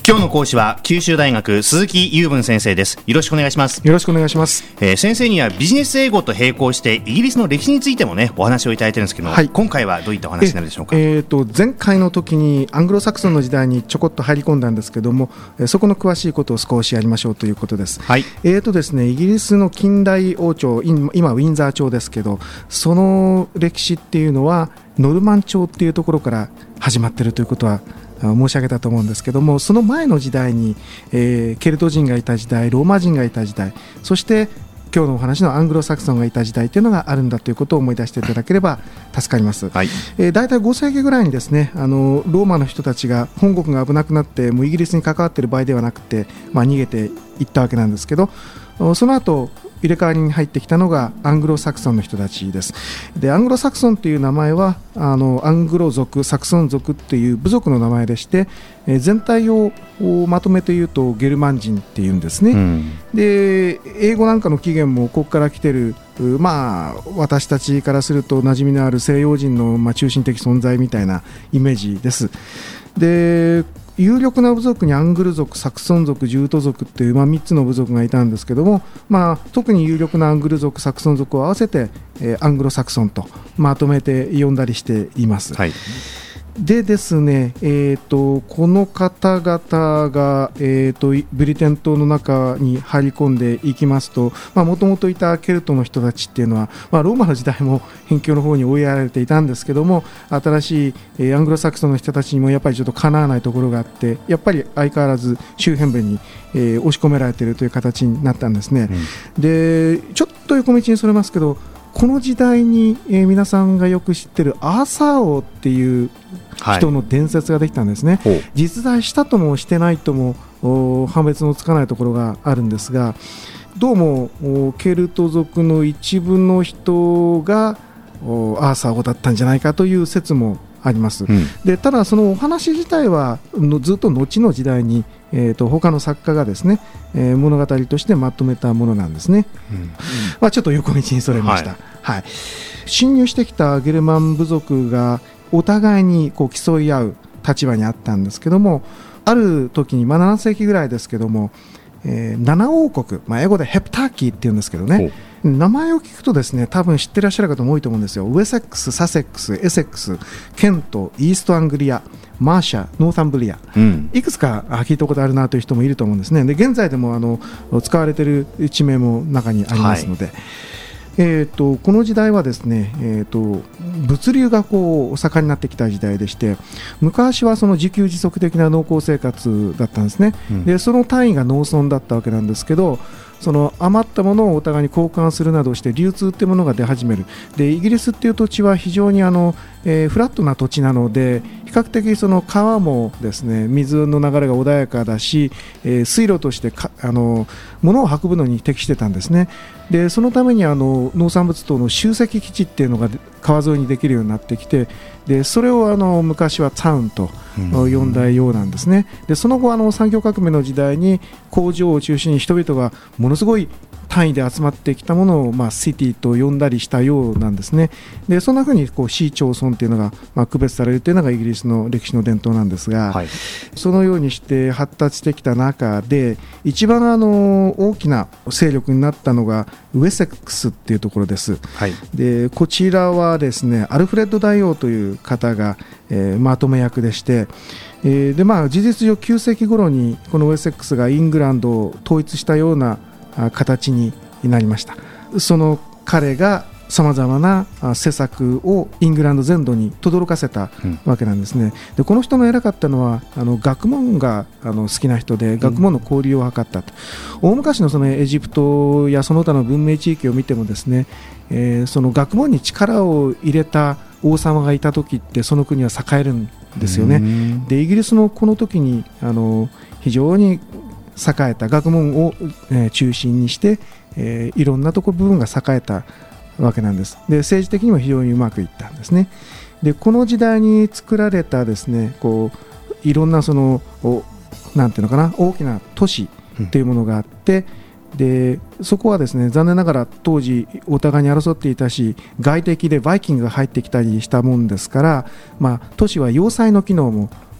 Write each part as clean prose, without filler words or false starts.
今日の講師は九州大学鈴木雄文先生です。よろしくお願いします。 よろしくお願いします。 先生にはビジネス英語と並行してイギリスの歴史についてもねお話をいただいてるんですけども、今回はどういったお話になるでしょうか。 前回の時にアングロサクソンの時代にちょこっと入り込んだんですけども、そこの詳しいことを少しやりましょうということです。ですね、イギリスの近代王朝、今ウィンザー朝ですけど、その歴史っていうのはノルマン朝っていうところから始まっているということは申し上げたと思うんですけども、その前の時代に、ケルト人がいた時代、ローマ人がいた時代、そして今日のお話のアングロサクソンがいた時代というのがあるんだということを思い出していただければ助かります。だいたい5世紀ぐらいにですね、ローマの人たちが本国が危なくなってもうイギリスに関わっている場合ではなくて、逃げていったわけなんですけど、その後入れ替わりに入ってきたのがアングロサクソンの人たちです。で、アングロサクソンという名前はアングロ族、サクソン族という部族の名前でして、全体をまとめて言うとゲルマン人っていうんですね。で、英語なんかの起源もここから来てる、私たちからすると馴染みのある西洋人の中心的存在みたいなイメージです。で、有力な部族にアングル族、サクソン族、ジュート族っていう、3つの部族がいたんですけども、特に有力なアングル族、サクソン族を合わせて、アングロサクソンとまとめて呼んだりしています。でですね、この方々が、ブリテン島の中に入り込んでいきますと、もともといたケルトの人たちっていうのは、ローマの時代も辺境の方に追いやられていたんですけども、新しい、アングロサクソンの人たちにもやっぱりちょっとかなわないところがあって、やっぱり相変わらず周辺部に、押し込められているという形になったんですね。で、ちょっと横道にそれますけど、この時代に、皆さんがよく知ってるアーサー王っていう人の伝説ができたんですね。実在したともしてないとも判別のつかないところがあるんですが、どうもケルト族の一部の人がアーサー王だったんじゃないかという説もあります。で、ただそのお話自体はずっと後の時代に、他の作家がですね、物語としてまとめたものなんですね。ちょっと横道にそれました。侵入してきたゲルマン部族がお互いにこう競い合う立場にあったんですけども、ある時に、7世紀ぐらいですけども、7王国、英語でヘプターキーっていうんですけどね、名前を聞くとですね、多分知ってらっしゃる方も多いと思うんですよ。ウェセックス、サセックス、エセックス、ケント、イーストアングリア、マーシャ、ノーサンブリア、いくつか聞いたことあるなという人もいると思うんですね。で、現在でも使われている地名も中にありますので、この時代はですね、物流がこう盛んになってきた時代でして、昔はその自給自足的な農耕生活だったんですね。で、その単位が農村だったわけなんですけど、その余ったものをお互いに交換するなどして流通っていうものが出始める。で、イギリスっていう土地は非常にフラットな土地なので、比較的その川もですね、水の流れが穏やかだし、水路として物を運ぶのに適してたんですね。で、そのために農産物等の集積基地っていうのが川沿いにできるようになってきて、で、それを昔はタウンと呼んだようなんですね。で、その後産業革命の時代に工場を中心に人々がものすごい単位で集まってきたものを、シティと呼んだりしたようなんですね。で、そんな風に市町村というのが、区別されるというのがイギリスの歴史の伝統なんですが、そのようにして発達してきた中で一番大きな勢力になったのがウェセックスっていうところです。で、こちらはですね、アルフレッド大王という方が、まとめ役でして、で、事実上9世紀頃にこのウェセックスがイングランドを統一したような形になりました。その彼がさまざまな施策をイングランド全土に轟かせたわけなんですね。で、この人の偉かったのは学問が好きな人で、学問の交流を図ったと。大昔のそのエジプトやその他の文明地域を見てもですね、その学問に力を入れた王様がいた時ってその国は栄えるんですよね。で、イギリスのこの時に非常に栄えた学問を、中心にして、いろんな部分が栄えたわけなんです。で、政治的にも非常にうまくいったんですね。で、この時代に作られたですね、いろんななんていうのかな、大きな都市というものがあって、でそこはですね、残念ながら当時お互いに争っていたし、外敵でバイキングが入ってきたりしたもんですから、都市は要塞の機能も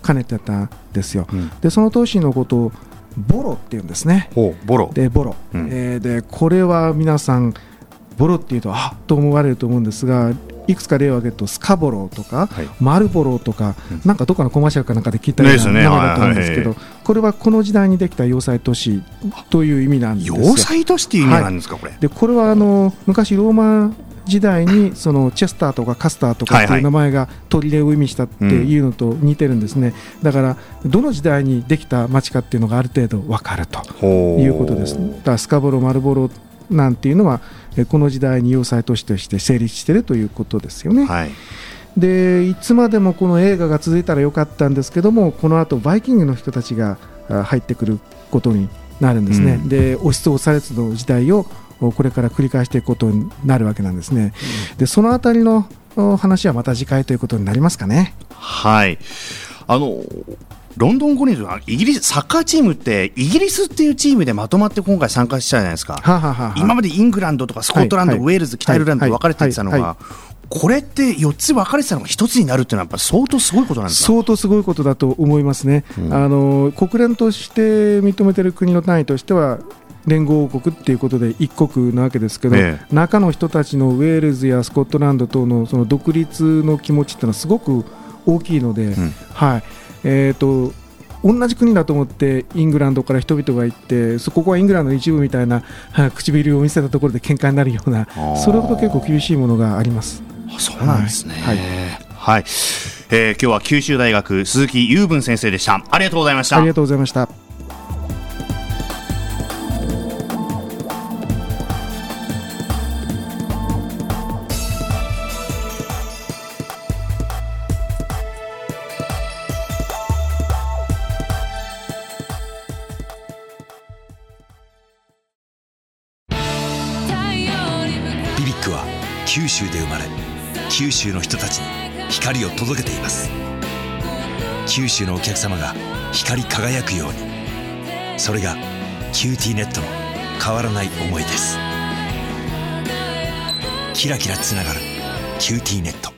兼ねてたんですよ。でその都市のことをボロっていうんですね。 ボロでボロ、でこれは皆さんボロっていうとと思われると思うんですが、いくつか例を挙げるとスカボロとか、マルボロとか、なんかどっかのコマーシャルかなんかで聞いたような名前だと思うんですけど、これはこの時代にできた要塞都市という意味なんですよ。 要塞都市っていう意味なんですか、これ。 でこれは昔ローマ時代にそのチェスターとかカスターとかっていう名前が砦を意味したっていうのと似てるんですね。だからどの時代にできた町かっていうのがある程度分かるということです。だからスカボロ、マルボロなんていうのはこの時代に要塞都市として成立しているということですよね。でいつまでもこの映画が続いたらよかったんですけども、この後バイキングの人たちが入ってくることになるんですね。で王室をされつの時代をこれから繰り返していくことになるわけなんですね。でそのあたりの話はまた次回ということになりますかね。 はい、ロンドン五輪はイギリスサッカーチームってイギリスっていうチームでまとまって今回参加したじゃないですか。今までイングランドとかスコットランド、ウェールズ、北アイルランドと分かれていたのが、これって4つ分かれてたのが1つになるっていうのはやっぱ相当すごいことなんですか。 相当すごいことだと思いますね。国連として認めている国の単位としては連合王国っていうことで一国なわけですけど、中の人たちのウェールズやスコットランド等のその独立の気持ちっていうのはすごく大きいので、同じ国だと思ってイングランドから人々が行って、ここはイングランドの一部みたいな唇を見せたところで喧嘩になるような、それほど結構厳しいものがあります。 そうなんですね。今日は九州大学鈴木雄文先生でした。ありがとうございました。 ありがとうございました。 ビビックは九州で生まれ、九州の人たちに光を届けています。九州のお客様が光り輝くように、それがキューティーネットの変わらない思いです。キラキラつながるキューティーネット。